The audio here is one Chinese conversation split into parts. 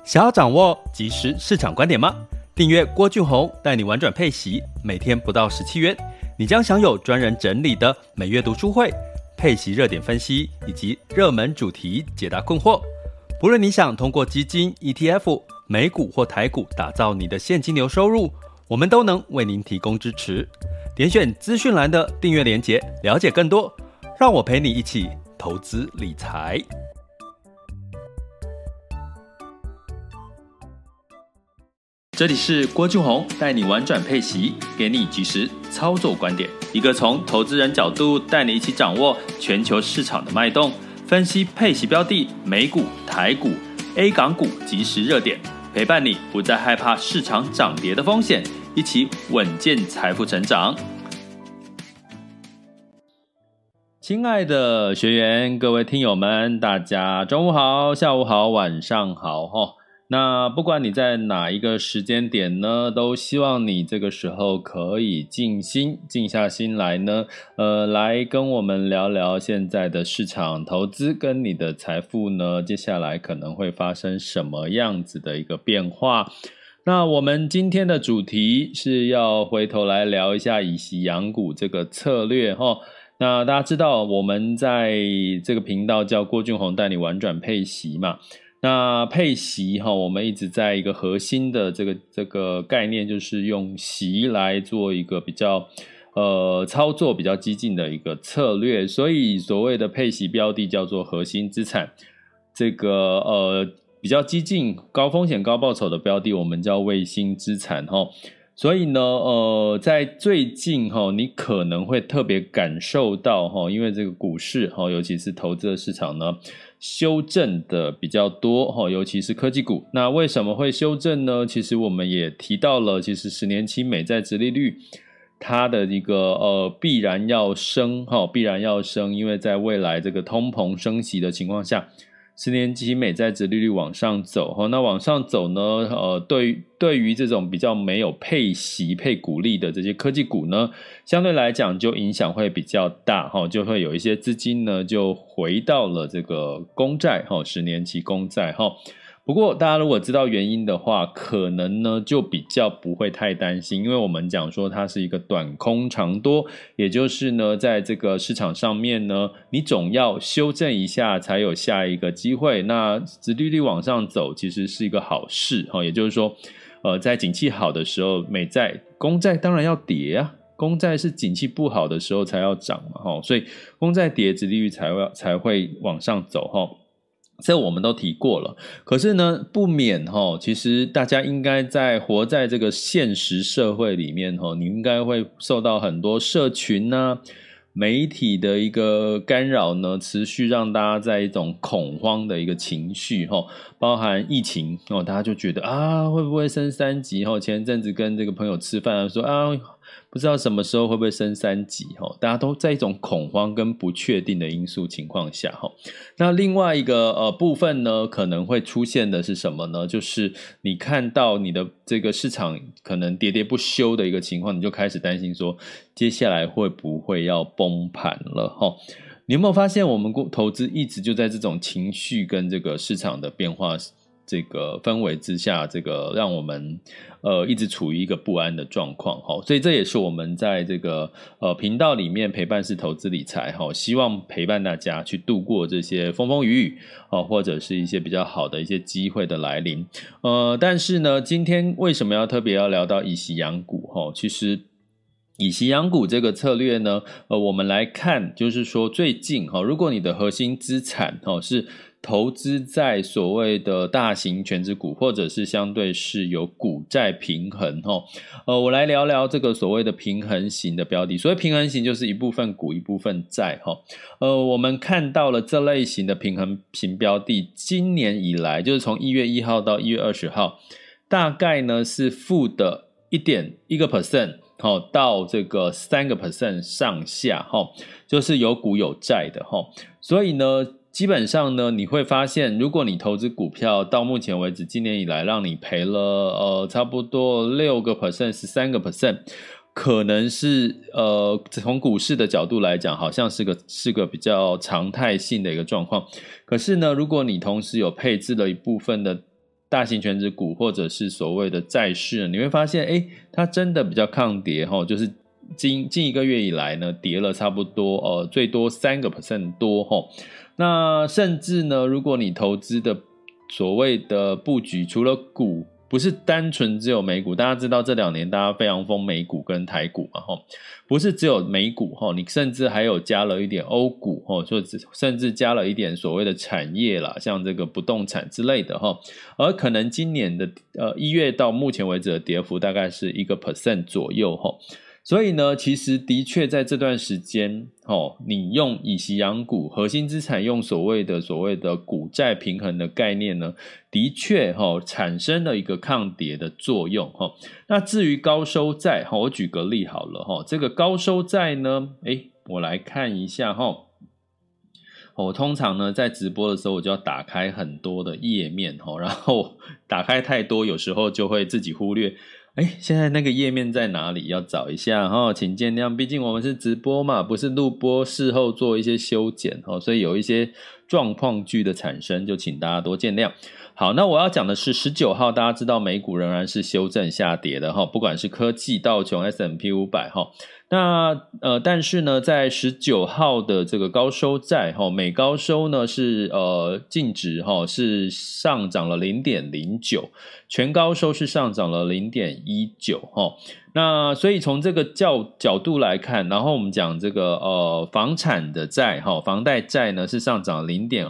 想要掌握即时市场观点吗？订阅郭俊宏带你玩转配息，每天不到17元，你将享有专人整理的每月读书会、配息热点分析以及热门主题解答困惑。不论你想通过基金、ETF、美股或台股打造你的现金流收入，我们都能为您提供支持。点选资讯栏的订阅连结，了解更多。让我陪你一起投资理财。这里是郭俊宏带你玩转配息，给你即时操作观点，一个从投资人角度带你一起掌握全球市场的脉动，分析配息标的、美股、台股、A 港股即时热点，陪伴你不再害怕市场涨跌的风险，一起稳健财富成长。亲爱的学员，各位听友们，大家中午好、下午好、晚上好那不管你在哪一个时间点呢，都希望你这个时候可以静下心来呢，来跟我们聊聊现在的市场投资跟你的财富呢，接下来可能会发生什么样子的一个变化。那我们今天的主题是要回头来聊一下以息养股这个策略那大家知道我们在这个频道叫郭俊宏带你玩转配息嘛，那配息我们一直在一个核心的这个概念，就是用息来做一个比较操作比较激进的一个策略，所以所谓的配息标的叫做核心资产，这个比较激进、高风险高报酬的标的我们叫卫星资产所以呢在最近你可能会特别感受到因为这个股市尤其是投资的市场呢修正的比较多尤其是科技股。那为什么会修正呢？其实我们也提到了，其实10年期美债殖利率它的一个必然要升因为在未来这个通膨升息的情况下，10年期美债殖利率往上走那往上走呢对于这种比较没有配息配股利的这些科技股呢，相对来讲就影响会比较大就会有一些资金呢就回到了这个公债10年期公债不过大家如果知道原因的话，可能呢就比较不会太担心，因为我们讲说它是一个短空长多，也就是呢在这个市场上面呢，你总要修正一下才有下一个机会。那殖利率往上走其实是一个好事也就是说在景气好的时候，美债公债当然要跌啊，公债是景气不好的时候才要涨嘛所以公债跌殖利率才会往上走这我们都提过了。可是呢不免其实大家应该活在这个现实社会里面你应该会受到很多社群媒体的一个干扰呢，持续让大家在一种恐慌的一个情绪包含疫情大家就觉得会不会升3级前阵子跟这个朋友吃饭说不知道什么时候会不会升3级大家都在一种恐慌跟不确定的因素情况下那另外一个部分呢可能会出现的是什么呢？就是你看到你的这个市场可能喋喋不休的一个情况，你就开始担心说接下来会不会要崩盘了你有没有发现我们投资一直就在这种情绪跟这个市场的变化这个氛围之下，这个让我们一直处于一个不安的状况所以这也是我们在这个频道里面陪伴式投资理财希望陪伴大家去度过这些风风雨雨或者是一些比较好的一些机会的来临但是呢今天为什么要特别要聊到以息养股其实以息养股这个策略呢我们来看就是说最近如果你的核心资产是投资在所谓的大型权值股，或者是相对是有股债平衡我来聊聊这个所谓的平衡型的标的。所谓平衡型就是一部分股一部分债我们看到了这类型的平衡型标的今年以来就是从1月1号到1月20号大概呢是负的 1.1% 到这个 3% 上下就是有股有债的所以呢基本上呢你会发现如果你投资股票到目前为止今年以来让你赔了差不多 6% 13%可能是从股市的角度来讲好像是个比较常态性的一个状况。可是呢如果你同时有配置了一部分的大型权值股或者是所谓的债市，你会发现它真的比较抗跌就是近一个月以来呢跌了差不多最多3% 多那甚至呢如果你投资的所谓的布局除了股不是单纯只有美股，大家知道这2年大家非常疯美股跟台股嘛不是只有美股你甚至还有加了一点欧股甚至加了一点所谓的产业啦，像这个不动产之类的而可能今年的1月到目前为止的跌幅大概是1% 左右所以呢其实的确在这段时间你用以息养股核心资产用所谓的股债平衡的概念呢的确产生了一个抗跌的作用那至于高收债我举个例好了这个高收债呢我来看一下我通常呢在直播的时候我就要打开很多的页面然后打开太多有时候就会自己忽略现在那个页面在哪里要找一下请见谅，毕竟我们是直播嘛，不是录播，事后做一些修剪所以有一些状况剧的产生就请大家多见谅。好，那我要讲的是19号大家知道美股仍然是修正下跌的不管是科技道琼 S&P 500那但是呢在19号的这个高收债美高收呢是净值是上涨了 0.09 全高收是上涨了 0.19 那所以从这个角度来看，然后我们讲这个房产的债房贷债呢是上涨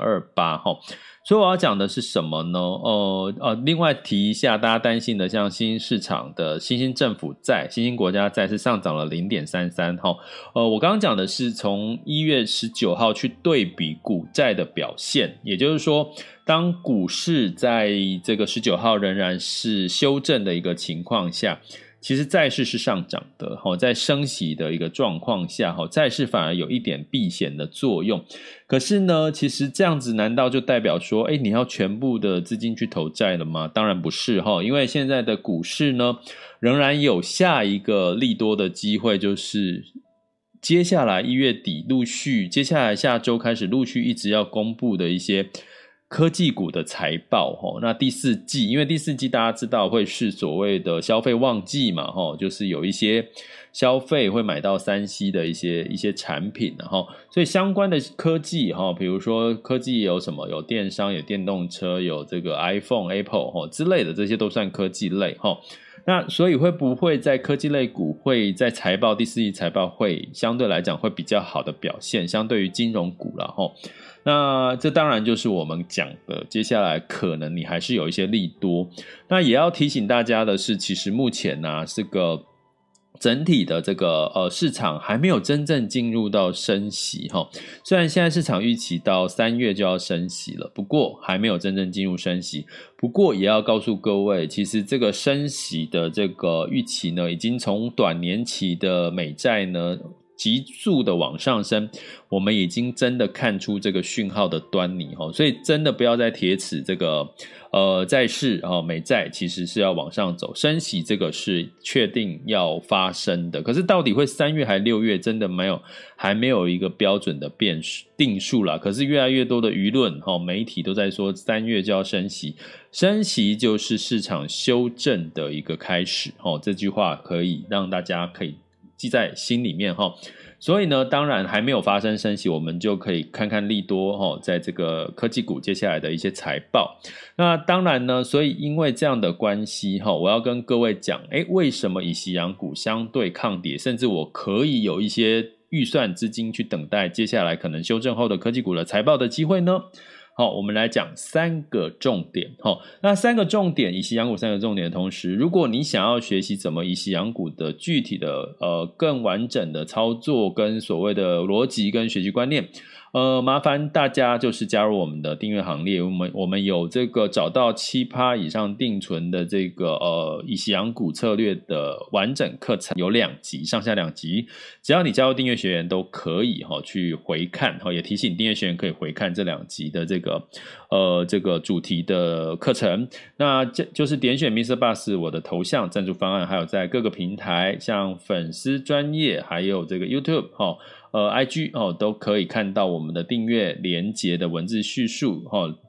0.28 所以我要讲的是什么呢另外提一下大家担心的像新兴市场的新兴政府债新兴国家债是上涨了 0.33 我刚刚讲的是从1月19号去对比股债的表现，也就是说当股市在这个19号仍然是修正的一个情况下，其实债市是上涨的在升息的一个状况下债市反而有一点避险的作用。可是呢其实这样子难道就代表说你要全部的资金去投债了吗？当然不是因为现在的股市呢仍然有下一个利多的机会，就是接下来1月底接下来下周开始陆续一直要公布的一些科技股的财报那第4季因为第4季大家知道会是所谓的消费旺季嘛就是有一些消费会买到3C 的一些产品所以相关的科技比如说科技有什么有电商有电动车有这个 iPhone Apple 之类的，这些都算科技类那所以会不会在科技类股会在第4季财报会相对来讲会比较好的表现，相对于金融股啦那这当然就是我们讲的接下来可能你还是有一些利多。那也要提醒大家的是，其实目前这个整体的这个市场还没有真正进入到升息虽然现在市场预期到3月就要升息了，不过还没有真正进入升息。不过也要告诉各位，其实这个升息的这个预期呢，已经从短年期的美债呢急速的往上升，我们已经真的看出这个讯号的端倪所以真的不要再铁齿这个债市美债其实是要往上走，升息这个是确定要发生的。可是到底会3月还6月，真的还没有一个标准的定数啦。可是越来越多的舆论媒体都在说3月就要升息，升息就是市场修正的一个开始这句话可以让大家可以记在心里面所以呢当然还没有发生升息，我们就可以看看利多在这个科技股接下来的一些财报。那当然呢，所以因为这样的关系我要跟各位讲为什么以息养股相对抗跌，甚至我可以有一些预算资金去等待接下来可能修正后的科技股的财报的机会呢？我们来讲3个重点那3个重点以息养股3个重点的同时，如果你想要学习怎么以息养股的具体的更完整的操作跟所谓的逻辑跟学习观念，麻烦大家就是加入我们的订阅行列。我们有这个找到 7% 以上定存的这个以息养股策略的完整课程，有2集，上下2集，只要你加入订阅学员都可以去回看也提醒订阅学员可以回看这2集的这个主题的课程。那就是点选 MrBoss 我的头像赞助方案，还有在各个平台像粉丝专页还有这个 YouTube IG 都可以看到我们的订阅连结的文字叙述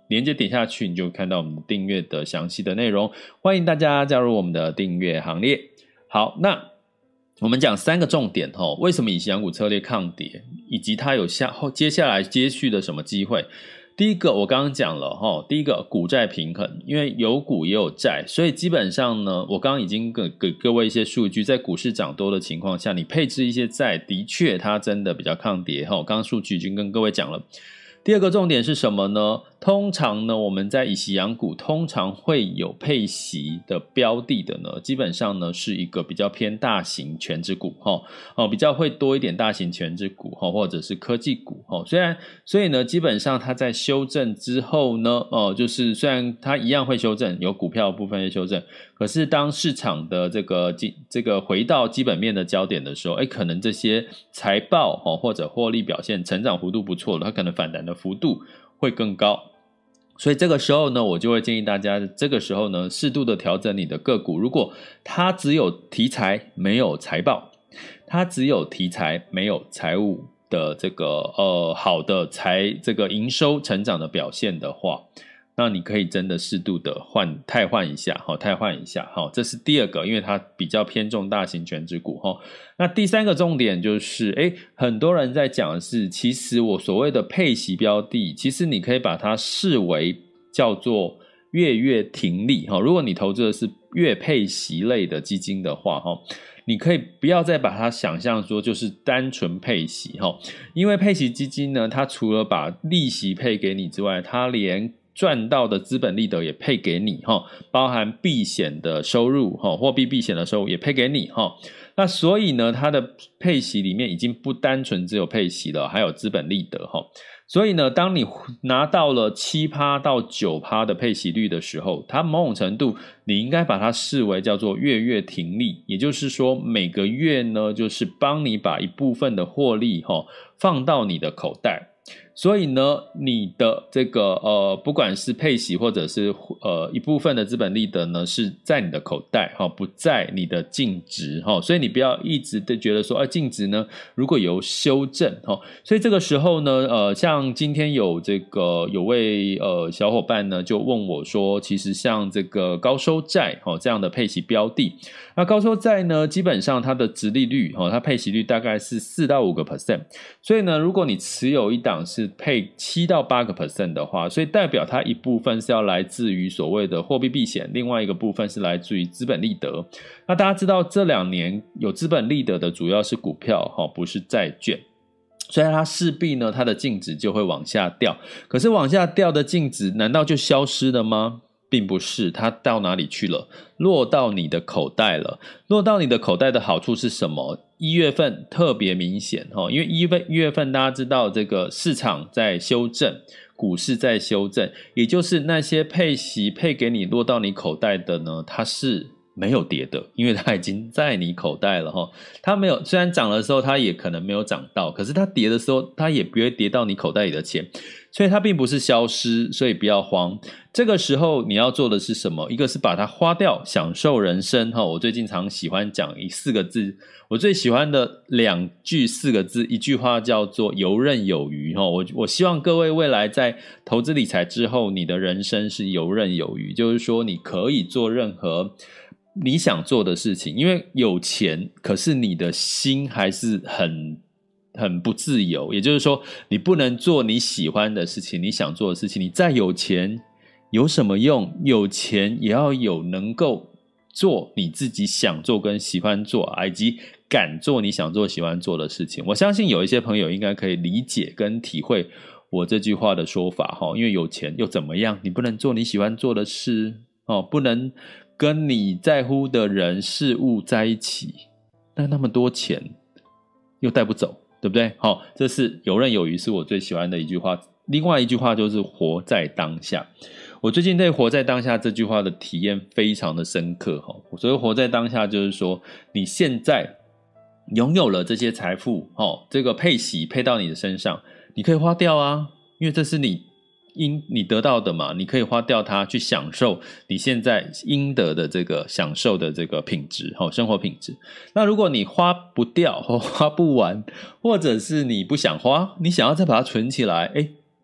连结点下去，你就看到我们订阅的详细的内容，欢迎大家加入我们的订阅行列。好，那我们讲3个重点为什么以息养股策略抗跌，以及它有接下来接续的什么机会。第一个我刚刚讲了第一个股债平衡，因为有股也有债，所以基本上呢，我刚刚已经给各位一些数据，在股市涨多的情况下，你配置一些债，的确它真的比较抗跌刚刚数据已经跟各位讲了。第二个重点是什么呢？通常呢，我们在以息养股通常会有配息的标的的呢，基本上呢是一个比较偏大型权值股比较会多一点大型权值股或者是科技股所以呢，基本上它在修正之后呢就是虽然它一样会修正，有股票的部分会修正，可是当市场的这个回到基本面的焦点的时候，可能这些财报或者获利表现成长幅度不错的，它可能反弹的幅度会更高。所以这个时候呢，我就会建议大家这个时候呢，适度的调整你的个股。如果它只有题材没有财报，它只有题材没有财务的这个好的这个营收成长的表现的话，那你可以真的适度的汰换一下这是第二个，因为它比较偏重大型权值股那第3个重点就是很多人在讲的是，其实我所谓的配息标的，其实你可以把它视为叫做月停利如果你投资的是月配息类的基金的话你可以不要再把它想象说就是单纯配息因为配息基金呢，它除了把利息配给你之外，它连赚到的资本利得也配给你包含避险的收入货币避险的收入也配给你那所以呢，它的配息里面已经不单纯只有配息了，还有资本利得所以呢，当你拿到了 7% 到 9% 的配息率的时候，它某种程度你应该把它视为叫做月停利，也就是说每个月呢，就是帮你把一部分的获利放到你的口袋。所以呢，你的这个不管是配息或者是一部分的资本利得呢，是在你的口袋不在你的净值所以你不要一直的觉得说净值呢如果有修正所以这个时候呢像今天有位小伙伴呢就问我说，其实像这个高收债这样的配息标的，那高收债呢基本上它的殖利率它配息率大概是4到5%，所以呢如果你持有一档是配7到8% 的话，所以代表它一部分是要来自于所谓的货币避险，另外一个部分是来自于资本利得。那大家知道这2年有资本利得的主要是股票不是债券，所以它势必呢它的净值就会往下掉。可是往下掉的净值难道就消失了吗？并不是，它到哪里去了？落到你的口袋了。落到你的口袋的好处是什么？1月份特别明显因为1月份大家知道这个市场在修正，股市在修正，也就是那些配息配给你落到你口袋的呢，它是没有跌的，因为它已经在你口袋了它没有，虽然涨的时候它也可能没有涨到，可是它跌的时候它也不会跌到你口袋里的钱，所以它并不是消失，所以不要慌。这个时候你要做的是什么？一个是把它花掉，享受人生我最近常喜欢讲4个字，我最喜欢的2句4个字，一句话叫做游刃有余我希望各位未来在投资理财之后，你的人生是游刃有余，就是说你可以做任何你想做的事情，因为有钱，可是你的心还是很不自由，也就是说你不能做你喜欢的事情，你想做的事情，你再有钱有什么用？有钱也要有能够做你自己想做跟喜欢做以及敢做你想做喜欢做的事情。我相信有一些朋友应该可以理解跟体会我这句话的说法因为有钱又怎么样？你不能做你喜欢做的事不能跟你在乎的人事物在一起，那么多钱又带不走，对不对？这是游刃有余，是我最喜欢的一句话。另外一句话就是活在当下。我最近对活在当下这句话的体验非常的深刻所以活在当下就是说，你现在拥有了这些财富这个配息配到你的身上，你可以花掉啊，因为这是你得到的嘛，你可以花掉它去享受你现在应得的这个享受的这个品质生活品质。那如果你花不掉或花不完，或者是你不想花，你想要再把它存起来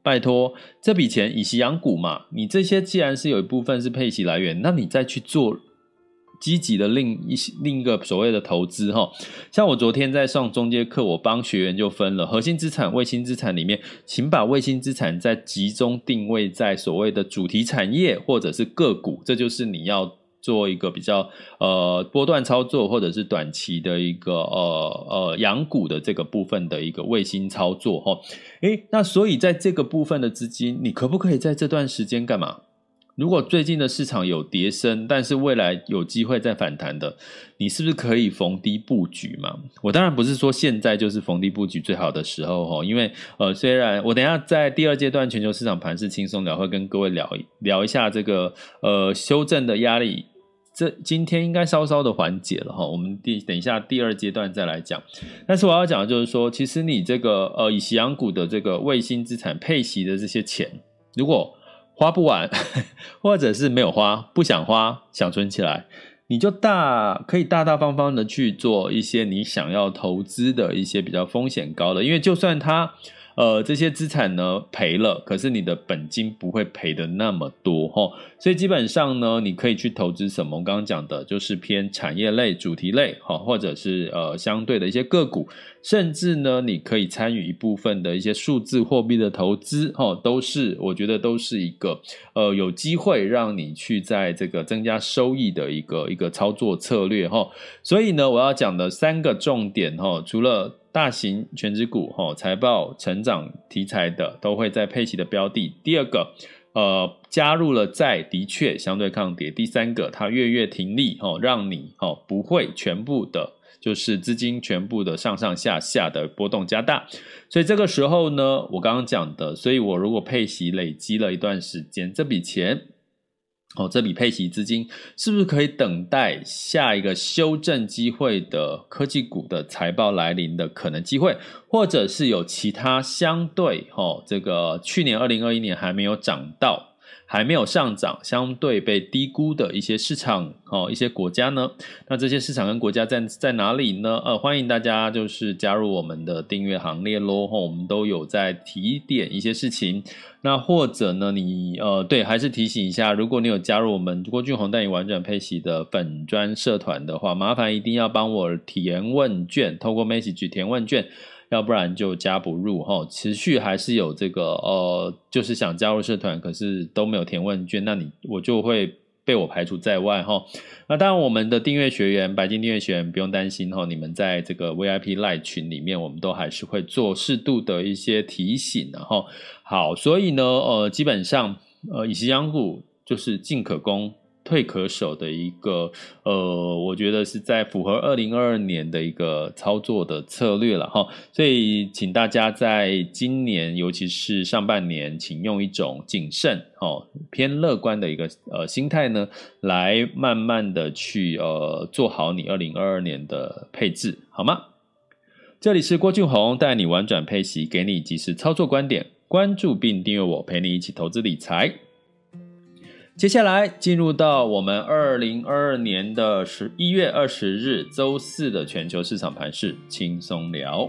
拜托，这笔钱以息养股嘛，你这些既然是有一部分是配息来源，那你再去做积极的另一个所谓的投资齁。像我昨天在上中阶课，我帮学员就分了核心资产、卫星资产里面，请把卫星资产再集中定位在所谓的主题产业或者是个股，这就是你要做一个比较波段操作或者是短期的一个养股的这个部分的一个卫星操作齁。那所以在这个部分的资金，你可不可以在这段时间干嘛？如果最近的市场有跌升，但是未来有机会再反弹的，你是不是可以逢低布局嘛？我当然不是说现在就是逢低布局最好的时候因为虽然我等一下在第二阶段全球市场盘势轻松聊会跟各位聊一下这个修正的压力，这今天应该稍稍的缓解了我们等一下第二阶段再来讲。但是我要讲的就是说，其实你这个以息养股的这个卫星资产配息的这些钱，如果花不完或者是没有花，不想花，想存起来，你就可以大大方方的去做一些你想要投资的一些比较风险高的，因为就算它这些资产呢赔了，可是你的本金不会赔的那么多所以基本上呢，你可以去投资什么？我刚刚讲的就是偏产业类、主题类或者是相对的一些个股，甚至呢，你可以参与一部分的一些数字货币的投资我觉得都是一个有机会让你去在这个增加收益的一个操作策略所以呢，我要讲的3个重点除了大型全指股财报成长题材的都会在配息的标的，第二个加入了债的确相对抗跌，第3个它月停利让你不会全部的就是资金全部的上上下下的波动加大。所以这个时候呢，我刚刚讲的，所以我如果配息累积了一段时间，这笔钱这笔配息资金是不是可以等待下一个修正机会的科技股的财报来临的可能机会，或者是有其他相对这个去年2021年还没有涨到还没有上涨，相对被低估的一些市场一些国家呢？那这些市场跟国家在哪里呢？欢迎大家就是加入我们的订阅行列咯我们都有在提点一些事情。那或者呢，你对，还是提醒一下，如果你有加入我们郭俊宏带你玩转配息的粉专社团的话，麻烦一定要帮我填问卷，透过 message 填问卷。要不然就加不入持续还是有这个就是想加入社团，可是都没有填问卷，那我就会被我排除在外那当然我们的订阅学员白金订阅学员不用担心你们在这个 VIP Live 群里面，我们都还是会做适度的一些提醒好，所以呢基本上以息养股就是进可攻退可守的一个我觉得是在符合2022年的一个操作的策略了所以请大家在今年尤其是上半年，请用一种谨慎偏乐观的一个心态呢，来慢慢的去做好你2022年的配置，好吗？这里是郭俊宏带你玩转配息，给你及时操作观点，关注并订阅我，陪你一起投资理财。接下来进入到我们2022年的11月20日周四的全球市场盘势轻松聊。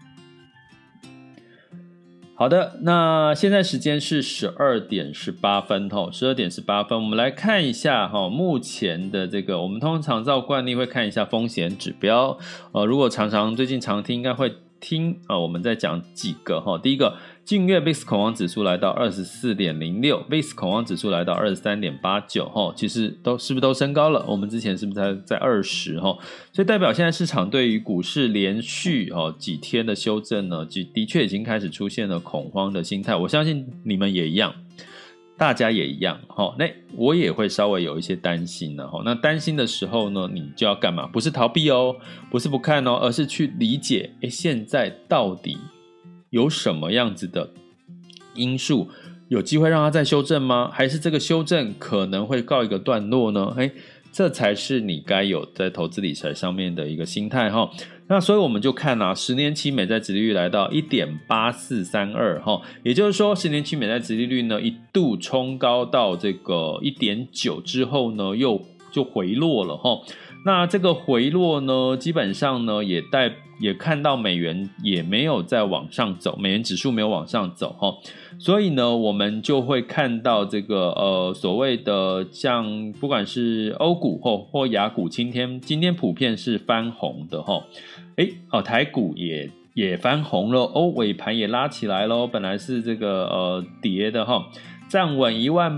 好的，那现在时间是12点18分12点18分，我们来看一下目前的这个，我们通常照惯例会看一下风险指标如果最近常听应该会听我们在讲几个第一个，近月 VIX 恐慌指数来到 24.06， VIX 恐慌指数来到 23.89 其实是不是都升高了？我们之前是不是在20所以代表现在市场对于股市连续几天的修正呢，的确已经开始出现了恐慌的心态。我相信你们也一样，大家也一样那我也会稍微有一些担心那担心的时候呢，你就要干嘛？不是逃避不是不看而是去理解现在到底有什么样子的因素有机会让它再修正吗？还是这个修正可能会告一个段落呢？这才是你该有在投资理财上面的一个心态那所以我们就看10年期美债殖利率来到 1.8432 也就是说10年期美债殖利率呢一度冲高到这个 1.9 之后呢又就回落了那这个回落呢，基本上呢也看到美元也没有再往上走，美元指数没有往上走所以呢，我们就会看到这个所谓的像不管是欧股或亚股，今天普遍是翻红的台股也翻红了尾盘也拉起来了，本来是这个跌的站稳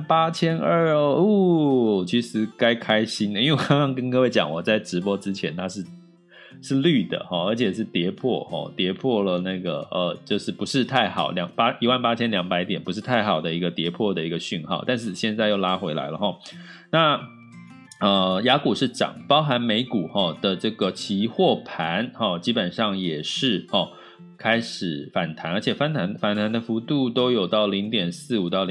18200哦，其实该开心的，因为我刚刚跟各位讲，我在直播之前它是绿的而且是跌破了那个就是不是太好18200点，不是太好的一个跌破的一个讯号，但是现在又拉回来了那亚股是涨，包含美股的这个期货盘基本上也是开始反弹，而且反弹的幅度都有到 0.45 到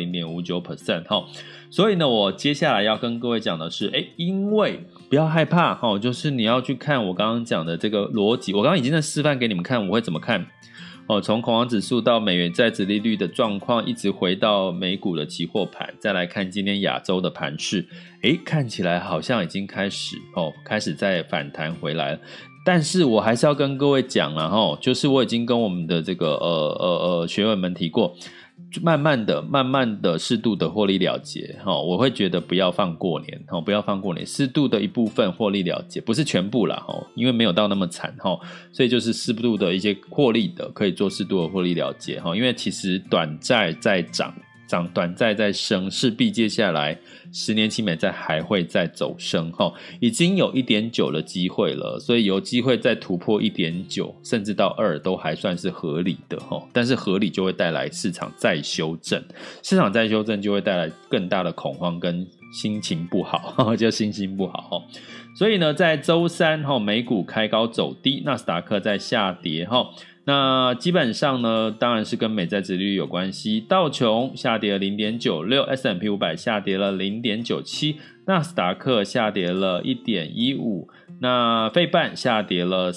0.59% 所以呢，我接下来要跟各位讲的是因为不要害怕就是你要去看我刚刚讲的这个逻辑，我刚刚已经在示范给你们看我会怎么看从恐慌指数到美元债殖利率的状况，一直回到美股的期货盘，再来看今天亚洲的盘势看起来好像已经开始在反弹回来了，但是我还是要跟各位讲啦就是我已经跟我们的这个学员们提过，慢慢的适度的获利了结我会觉得不要放过年不要放过年，适度的一部分获利了结，不是全部啦因为没有到那么惨所以就是适度的一些获利的可以做适度的获利了结因为其实短债在涨，短债在升，势必接下来10年期美债还会再走升已经有 1.9 的机会了，所以有机会再突破 1.9 甚至到2都还算是合理的但是合理就会带来市场再修正，市场再修正就会带来更大的恐慌跟心情不好就心情不好所以呢，在周三美股开高走低，纳斯达克在下跌那基本上呢，当然是跟美债殖利率有关系，道琼下跌了 0.96， S&P 500下跌了 0.97， 纳斯达克下跌了 1.15， 那费半下跌了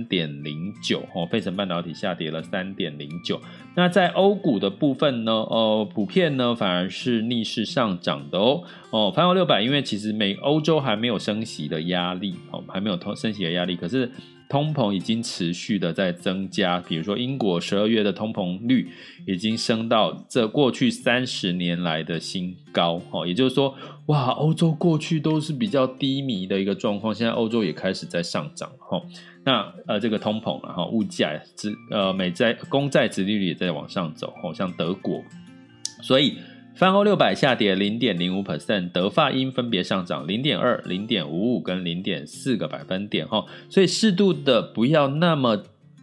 3.09 费城半导体下跌了 3.09。 那在欧股的部分呢普遍呢反而是逆势上涨的泛欧600因为其实欧洲还没有升息的压力还没有升息的压力，可是通膨已经持续的在增加，比如说英国12月的通膨率已经升到这过去30年来的新高也就是说哇，欧洲过去都是比较低迷的一个状况，现在欧洲也开始在上涨那这个通膨物价美债公债殖利率也在往上走像德国，所以泛欧600下跌 0.05%， 德法英分别上涨 0.2 0.55 跟 0.4 个百分点所以适度的不要那么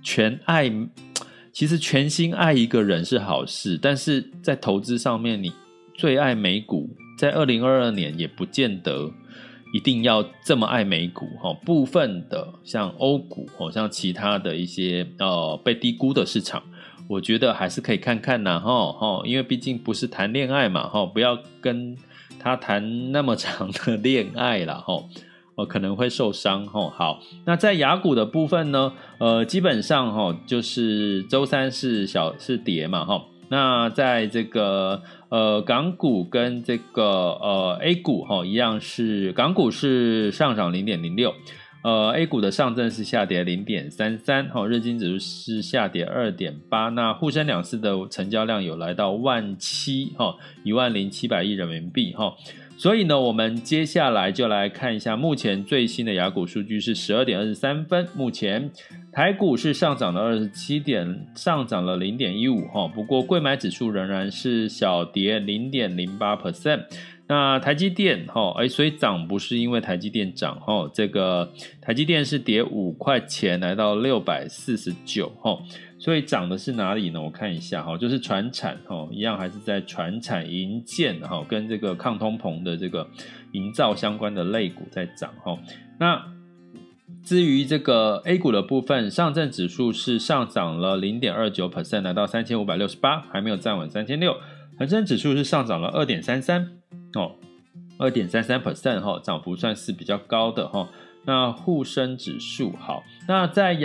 其实全心爱一个人是好事，但是在投资上面你最爱美股，在2022年也不见得一定要这么爱美股部分的像欧股像其他的一些被低估的市场，我觉得还是可以看看啦因为毕竟不是谈恋爱嘛不要跟他谈那么长的恋爱啦可能会受伤好，那在亚股的部分呢基本上就是周三是跌嘛那在这个港股跟这个A 股一样是港股是上涨 0.06A 股的上证是下跌 0.33 日经指数是下跌 2.8， 那沪深两市的成交量有来到10700亿人民币所以呢我们接下来就来看一下目前最新的亚股数据是12点23分，目前台股是上涨了27点，上涨了 0.15 不过柜买指数仍然是小跌 0.08%，那台积电所以涨不是因为台积电涨这个台积电是跌5块钱来到649所以涨的是哪里呢？我看一下就是传产一样还是在传产营建跟这个抗通膨的这个营造相关的类股在涨那至于这个 A 股的部分，上证指数是上涨了 0.29% 来到3568，还没有站稳3600，恒生指数是上涨了 2.33% 2.33% 涨幅算是比较高的那沪深指数好，那在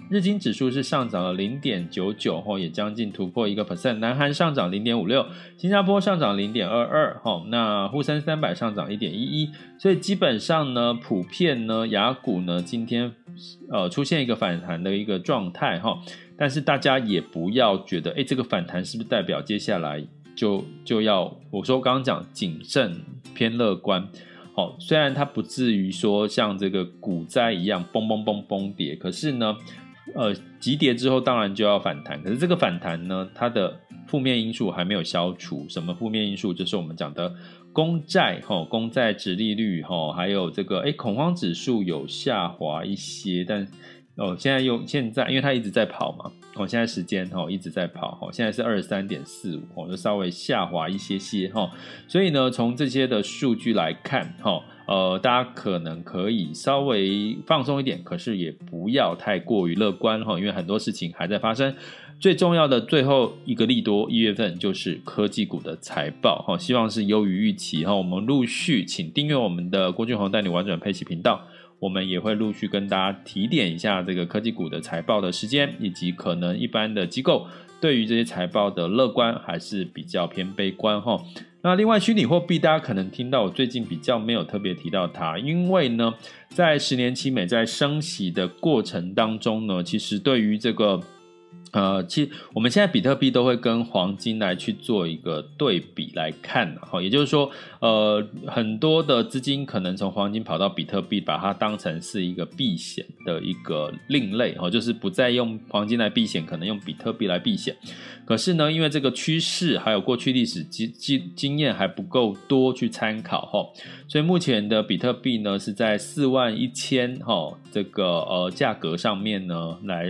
日经指数是上涨了 0.99 也将近突破 1%， 南韩上涨 0.56， 新加坡上涨 0.22， 那沪深300上涨 1.11， 所以基本上呢普遍呢亚股呢今天出现一个反弹的一个状态，但是大家也不要觉得这个反弹是不是代表接下来就要我说刚刚讲谨慎偏乐观，虽然它不至于说像这个股灾一样崩崩崩崩跌，可是呢急跌之后当然就要反弹，可是这个反弹呢它的负面因素还没有消除。什么负面因素？就是我们讲的公债殖利率还有这个恐慌指数有下滑一些，但现在因为它一直在跑嘛，现在时间一直在跑，现在是 23.45 就稍微下滑一些些所以呢从这些的数据来看大家可能可以稍微放松一点，可是也不要太过于乐观因为很多事情还在发生。最重要的最后一个利多1月份就是科技股的财报希望是优于预期我们陆续请订阅我们的郭俊宏带你玩转配息频道，我们也会陆续跟大家提点一下这个科技股的财报的时间，以及可能一般的机构对于这些财报的乐观还是比较偏悲观那另外虚拟货币大家可能听到我最近比较没有特别提到它，因为呢在10年期美债升息的过程当中呢，其实对于这个其实我们现在比特币都会跟黄金来去做一个对比来看也就是说很多的资金可能从黄金跑到比特币，把它当成是一个避险的一个另类就是不再用黄金来避险，可能用比特币来避险。可是呢因为这个趋势还有过去历史经验还不够多去参考所以目前的比特币呢是在41000这个价格上面呢来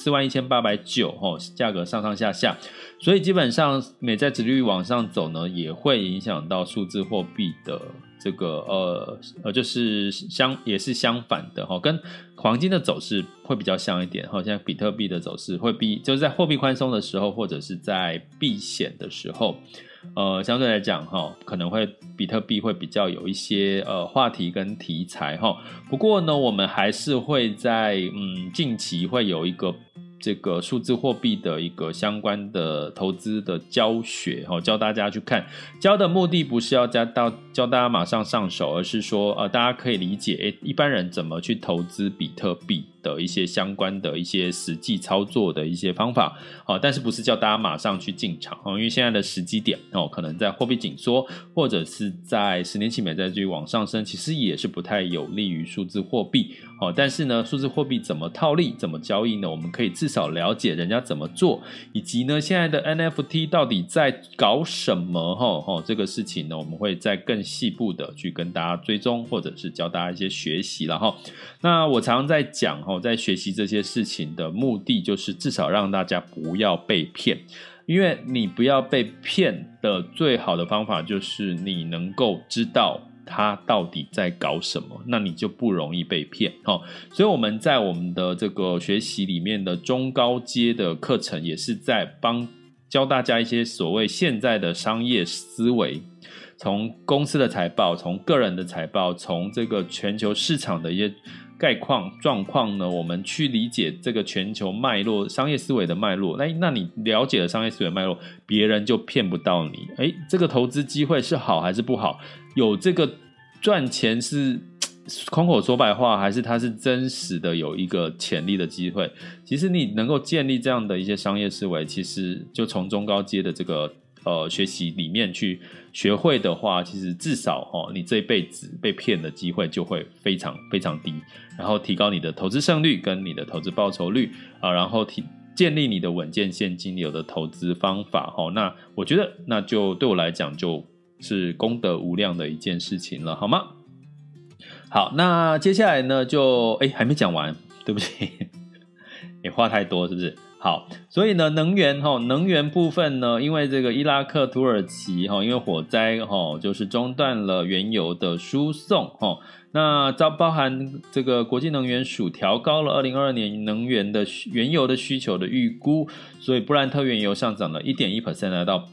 41890价格上上下下，所以基本上美债殖利率往上走呢也会影响到数字货币的这个就是也是相反的跟黄金的走势会比较像一点现在比特币的走势会就是在货币宽松的时候或者是在避险的时候相对来讲可能会比特币会比较有一些话题跟题材不过呢我们还是会在近期会有一个这个数字货币的一个相关的投资的教学教大家去看，教的目的不是要教大家马上上手，而是说大家可以理解一般人怎么去投资比特币的一些相关的一些实际操作的一些方法但是不是叫大家马上去进场因为现在的时机点可能在货币紧缩或者是在10年期美债殖利率往上升，其实也是不太有利于数字货币但是呢数字货币怎么套利怎么交易呢，我们可以至少了解人家怎么做，以及呢现在的 NFT 到底在搞什么这个事情呢我们会再更细部的去跟大家追踪，或者是教大家一些学习了那我常常在讲在学习这些事情的目的就是至少让大家不要被骗，因为你不要被骗的最好的方法就是你能够知道他到底在搞什么，那你就不容易被骗所以我们在我们的这个学习里面的中高阶的课程也是在教大家一些所谓现在的商业思维，从公司的财报，从个人的财报，从这个全球市场的一些概况状况呢，我们去理解这个全球脉络商业思维的脉络，那你了解了商业思维脉络，别人就骗不到你这个投资机会是好还是不好，有这个赚钱是空口说白话还是它是真实的有一个潜力的机会，其实你能够建立这样的一些商业思维，其实就从中高阶的这个学习里面去学会的话，其实至少你这一辈子被骗的机会就会非常非常低，然后提高你的投资胜率跟你的投资报酬率然后建立你的稳健现金流的投资方法那我觉得那就对我来讲就是功德无量的一件事情了，好吗？好，那接下来呢就还没讲完，对不起也话太多是不是？好，所以呢能源部分呢，因为这个伊拉克土耳其因为火灾就是中断了原油的输送那包含这个国际能源署调高了2022年原油的需求的预估，所以布兰特原油上涨了 1.1% 来到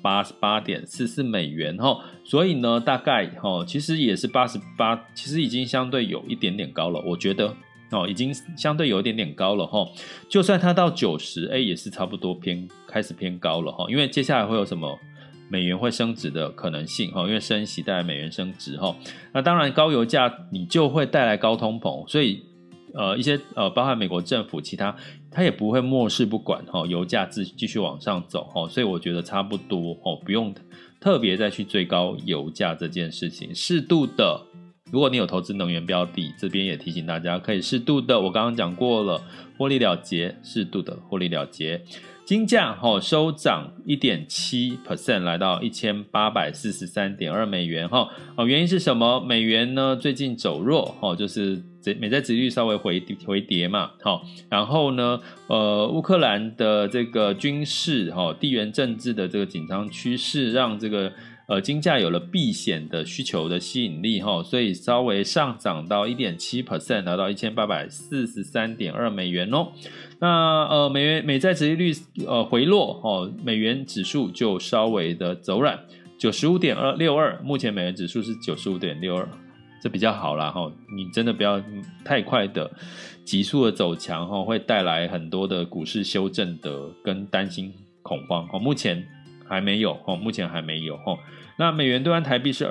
88.44 美元所以呢大概其实也是88，其实已经相对有一点点高了，我觉得已经相对有一点点高了就算它到90，也是差不多开始偏高了因为接下来会有什么美元会升值的可能性因为升息带来美元升值那当然高油价你就会带来高通膨，所以一些包含美国政府其他它也不会漠视不管油价继续往上走所以我觉得差不多不用特别再去追高油价这件事情，适度的，如果你有投资能源标的，这边也提醒大家可以适度的，我刚刚讲过了，获利了结，适度的获利了结。金价收涨 1.7% 来到 1843.2 美元原因是什么？美元呢最近走弱就是美债殖利率稍微回跌嘛然后呢乌克兰的这个军事地缘政治的这个紧张趋势让这个金价有了避险的需求的吸引力所以稍微上涨到 1.7%， 来到 1843.2 美元那美债殖利率回落美元指数就稍微的走软 95.62， 目前美元指数是 95.62， 这比较好啦你真的不要太快的急速的走强会带来很多的股市修正的跟担心恐慌目前还没有那美元兑换台币是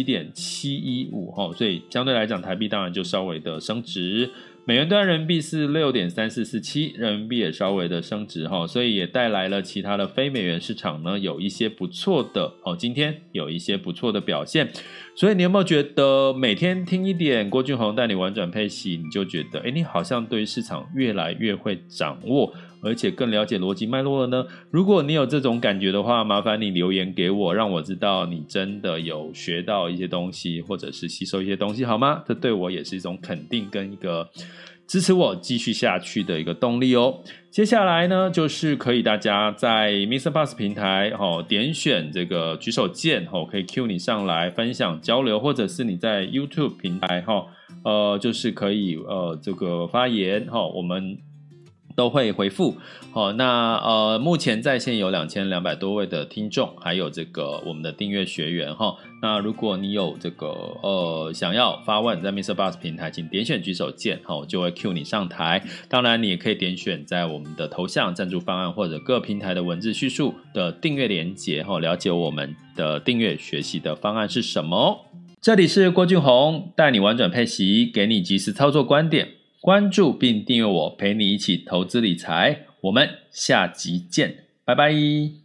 27.715 所以相对来讲台币当然就稍微的升值，美元兑换人民币是 6.3447， 人民币也稍微的升值所以也带来了其他的非美元市场呢有一些不错的今天有一些不错的表现，所以你有没有觉得每天听一点郭俊宏带你玩转配息，你就觉得你好像对市场越来越会掌握，而且更了解逻辑脉络了呢？如果你有这种感觉的话，麻烦你留言给我，让我知道你真的有学到一些东西，或者是吸收一些东西好吗？这对我也是一种肯定跟一个支持我继续下去的一个动力接下来呢就是可以大家在 MixerBox 平台点选这个举手键可以 cue 你上来分享交流，或者是你在 YouTube 平台就是可以这个发言我们都会回复那目前在线有2200多位的听众，还有这个我们的订阅学员那如果你有这个想要发问，在 MixerBox 平台请点选举手键就会 cue 你上台，当然你也可以点选在我们的头像赞助方案或者各平台的文字叙述的订阅连结了解我们的订阅学习的方案是什么这里是郭俊宏带你玩转配息，给你即时操作观点，关注并订阅我，陪你一起投资理财，我们下集见，拜拜。